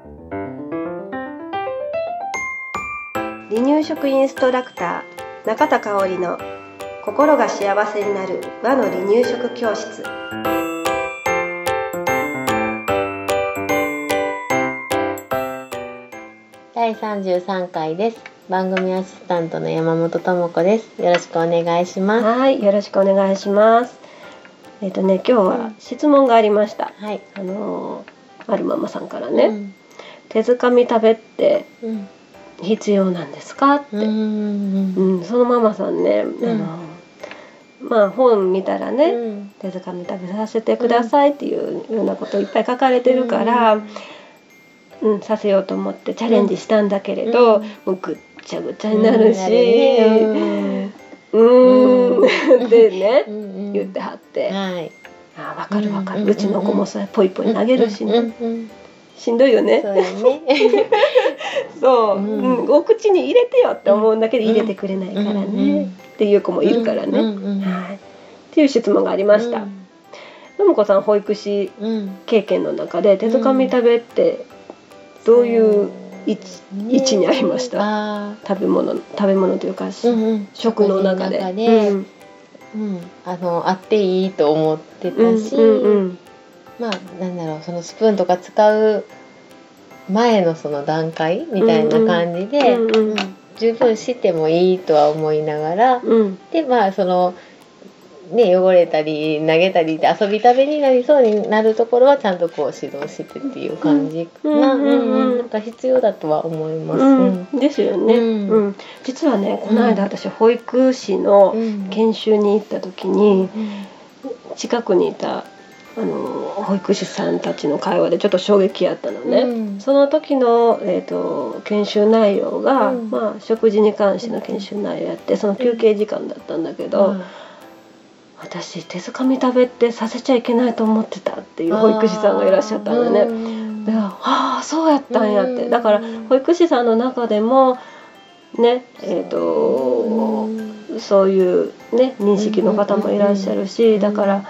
離乳食インストラクター中田香織の心が幸せになる和の離乳食教室。 第33回です。番組アシスタントの山本智子です。よろしくお願いします。 はい、よろしくお願いします。今日は質問がありました。 はい。 あるママさんからね、手づかみ食べって必要なんですかって、そのママさんね、本見たらね、手づかみ食べさせてくださいっていうようなこといっぱい書かれてるから、させようと思ってチャレンジしたんだけれど、もうぐっちゃぐちゃになるし、でね、言ってはって、わかるわかる、うちの子もそれポイポイ投げるしね、しんどいよね。 そうやね。 そう、お口に入れてよって思うんだけど入れてくれないからね、っていう子もいるからね、っていう質問がありました。のむこさん、保育士経験の中で手づかみ食べってどういう位置にありました？食べ物というか、食の中で。 あっていいと思ってたし、なんだろう、そのスプーンとか使う前のその段階みたいな感じで、十分してもいいとは思いながら、でそのね、汚れたり投げたりで遊び食べになりそうになるところはちゃんとこう指導してっていう感じが、なんか必要だとは思います。 ですよね。実はね、この間私保育士の研修に行った時に、近くにいた保育士さんたちの会話でちょっと衝撃やったのね。その時の、研修内容が、食事に関しての研修内容やって、その休憩時間だったんだけど、私手づかみ食べってさせちゃいけないと思ってたっていう保育士さんがいらっしゃったんだね。だからそうやったんやって。だから保育士さんの中でもね、そういうね認識の方もいらっしゃるし、だから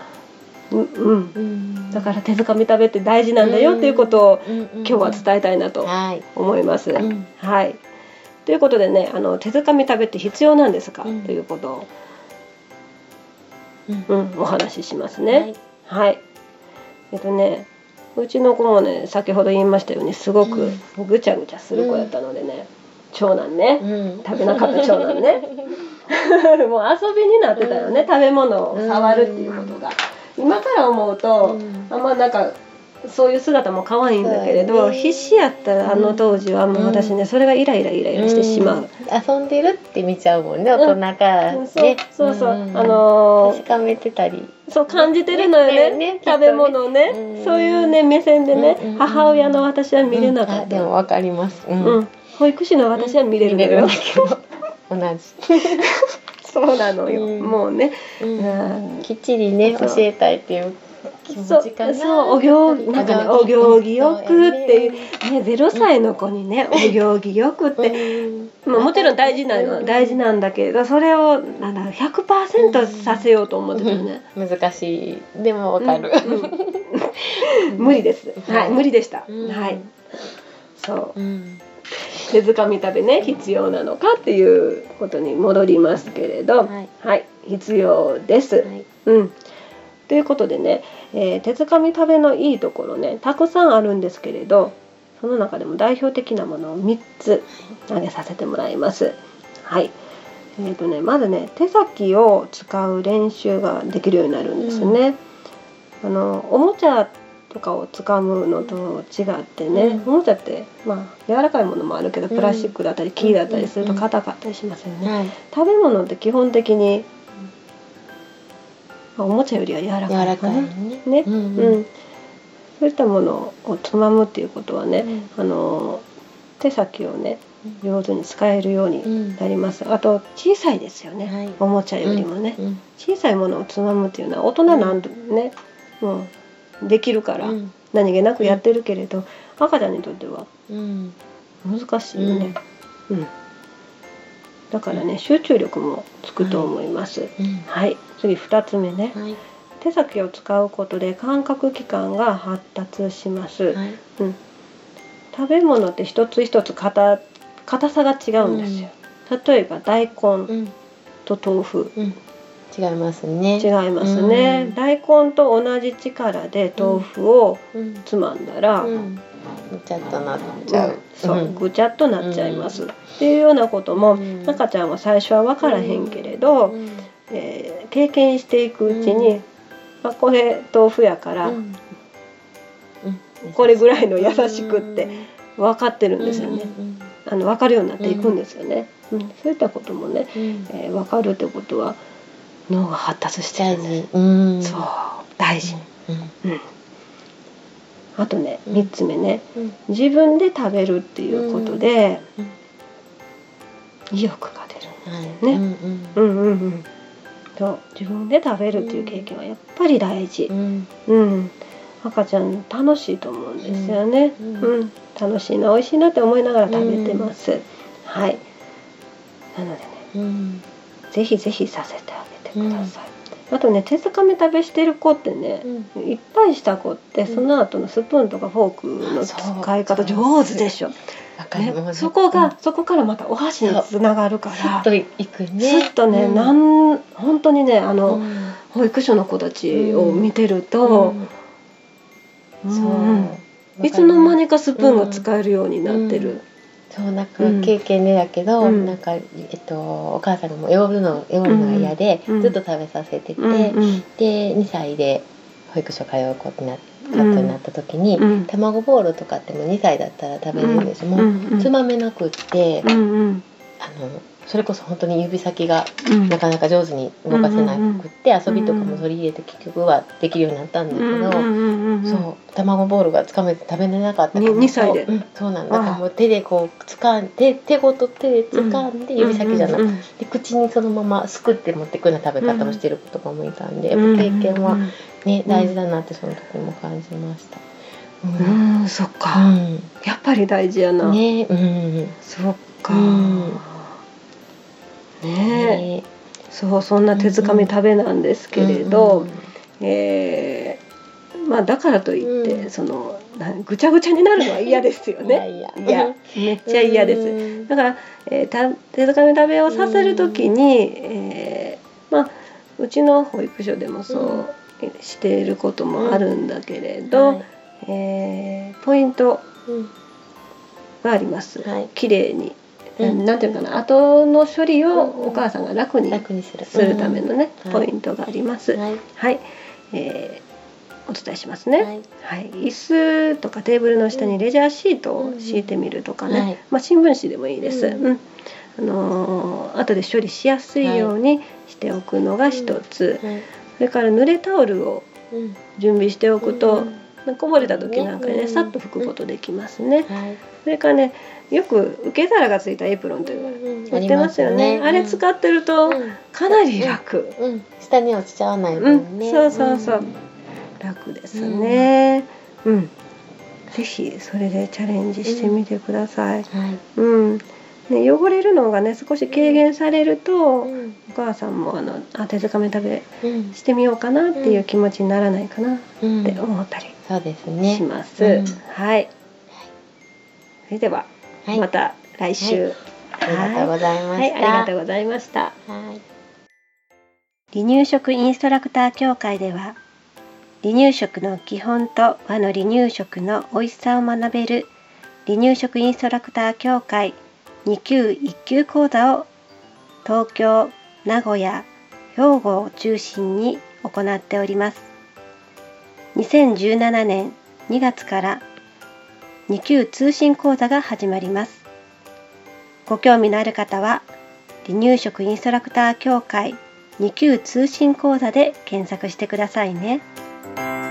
だから手づかみ食べって大事なんだよっていうことを今日は伝えたいなと思います。はい。ということでね、手づかみ食べって必要なんですか、ということをお話ししますね。はい。うちの子もね、先ほど言いましたようにすごくぐちゃぐちゃする子やったのでね、長男ね、食べなかった長男ねもう遊びになってたよね、食べ物を触るっていうことが。今から思うとなんかそういう姿も可愛いんだけれど、必死やった当時はもう私ね、それがイライラしてしまう。 遊んでるって見ちゃうもんね、大人からね。そう確かめてたり、 そう感じてるのよね、食べ物をね、そういうね目線でね、母親の私は見れなかった。 でもわかります。 保育士の私は見れるのよ。 同じ。 そうなのよ。もうね、 きっちりね教えたいっていう気持ちかな。 そう、お行儀よくっていうね、0歳の子にね、お行儀よくってもちろん大事なんだけれど、それを100% させようと思ってたね。 難しい。でもわかる。 無理です。はい、無理でした。はい。そう。手づかみ食べね、必要なのかっていうことに戻りますけれど、はい、必要です。ということでね、手づかみ食べのいいところね、たくさんあるんですけれど、その中でも代表的なものを3つ挙げさせてもらいます。はい。まずね、手先を使う練習ができるようになるんですね。おもちゃとかを掴むのと違ってね、おもちゃって柔らかいものもあるけど、プラスチックだったり木だったりすると硬かったりしますよね。食べ物って基本的におもちゃよりは柔らかいね。そういったものをつまむっていうことはね、手先をね上手に使えるようになります。あと小さいですよね、おもちゃよりもね。小さいものをつまむっていうのは大人なんでね、もうできるから何気なくやってるけれど、赤ちゃんにとっては難しいよね。だからね、集中力もつくと思います。はい。次2つ目ね、手先を使うことで感覚器官が発達します。 食べ物って一つ一つ硬さが違うんですよ。例えば大根と豆腐、 違いますね。 違いますね。大根と同じ力で豆腐をつまんだら、 ぐちゃっとなっちゃう。 そうぐちゃっとなっちゃいます。っていうようなことも赤ちゃんは最初は分からへんけれど、経験していくうちに、これ豆腐やから、これぐらいの優しくって分かってるんですよね。分かるようになっていくんですよね。そういったこともね、分かるってことは脳が発達してるね。そう大事。あとね、3つ目ね、自分で食べるっていうことで意欲が出るんですね。そう自分で食べるっていう経験はやっぱり大事。赤ちゃん楽しいと思うんですよね。楽しいな、美味しいなって思いながら食べてます。はい。なのでね、ぜひぜひさせてあげてください。あとね、手づかみ食べしてる子ってね、いっぱいした子ってその後のスプーンとかフォークの使い方上手でしょ。そこからまたお箸につながるから、 スッといくね。 スッとね、本当にね、保育所の子たちを見てると、いつの間にかスプーンが使えるようになってる。 そうなんか経験でだけど、なんかお母さんがもう汚るのが嫌で、ずっと食べさせてて、で2歳で保育所通うことになった時に、卵ボールとかっても2歳だったら食べれるんです。もうつまめなくって、それこそ本当に指先がなかなか上手に動かせなくって、遊びとかも取り入れて結局はできるようになったんだけど、そう卵ボールがつかめて食べれなかったから 2歳で、 そうなんだからもう手でこう手ごと手で掴んで、指先じゃなくて口にそのまますくって持ってくような食べ方をしてる子とかもいたんで、やっぱ経験はね大事だなってその時も感じました。 そっか、やっぱり大事やな。ね、そっか。ね、そんな手づかみ食べなんですけれど、まあだからといってぐちゃぐちゃになるのは嫌ですよね。いやめっちゃ嫌です。だから、手づかみ食べをさせる時に、うちの保育所でもそうしていることもあるんだけれど、ポイントがあります。きれいに。なんていうかな、後の処理をお母さんが楽にするためのね、ポイントがあります。はい、お伝えしますね。椅子とかテーブルの下にレジャーシートを敷いてみるとかね、新聞紙でもいいです。後で処理しやすいようにしておくのが一つ。それから濡れタオルを準備しておくと、こぼれた時なんかにね、さっと拭くことできますね。それからね、よく受け皿がついたエプロンというのが売ってますよね。あれ使ってるとかなり楽。 下に落ちちゃわないもんね。 そう楽ですね。ぜひそれでチャレンジしてみてください。汚れるのがね少し軽減されると、お母さんも手づかみ食べしてみようかなっていう気持ちにならないかなって思ったりします。はい。それではまた来週。 ありがとうございました。 ありがとうございました。離乳食インストラクター協会では、離乳食の基本と和の離乳食の美味しさを学べる離乳食インストラクター協会2級1級講座を東京、名古屋、兵庫を中心に行っております。2017年2月から2級通信講座が始まります。ご興味のある方は離乳食インストラクター協会2級通信講座で検索してくださいね。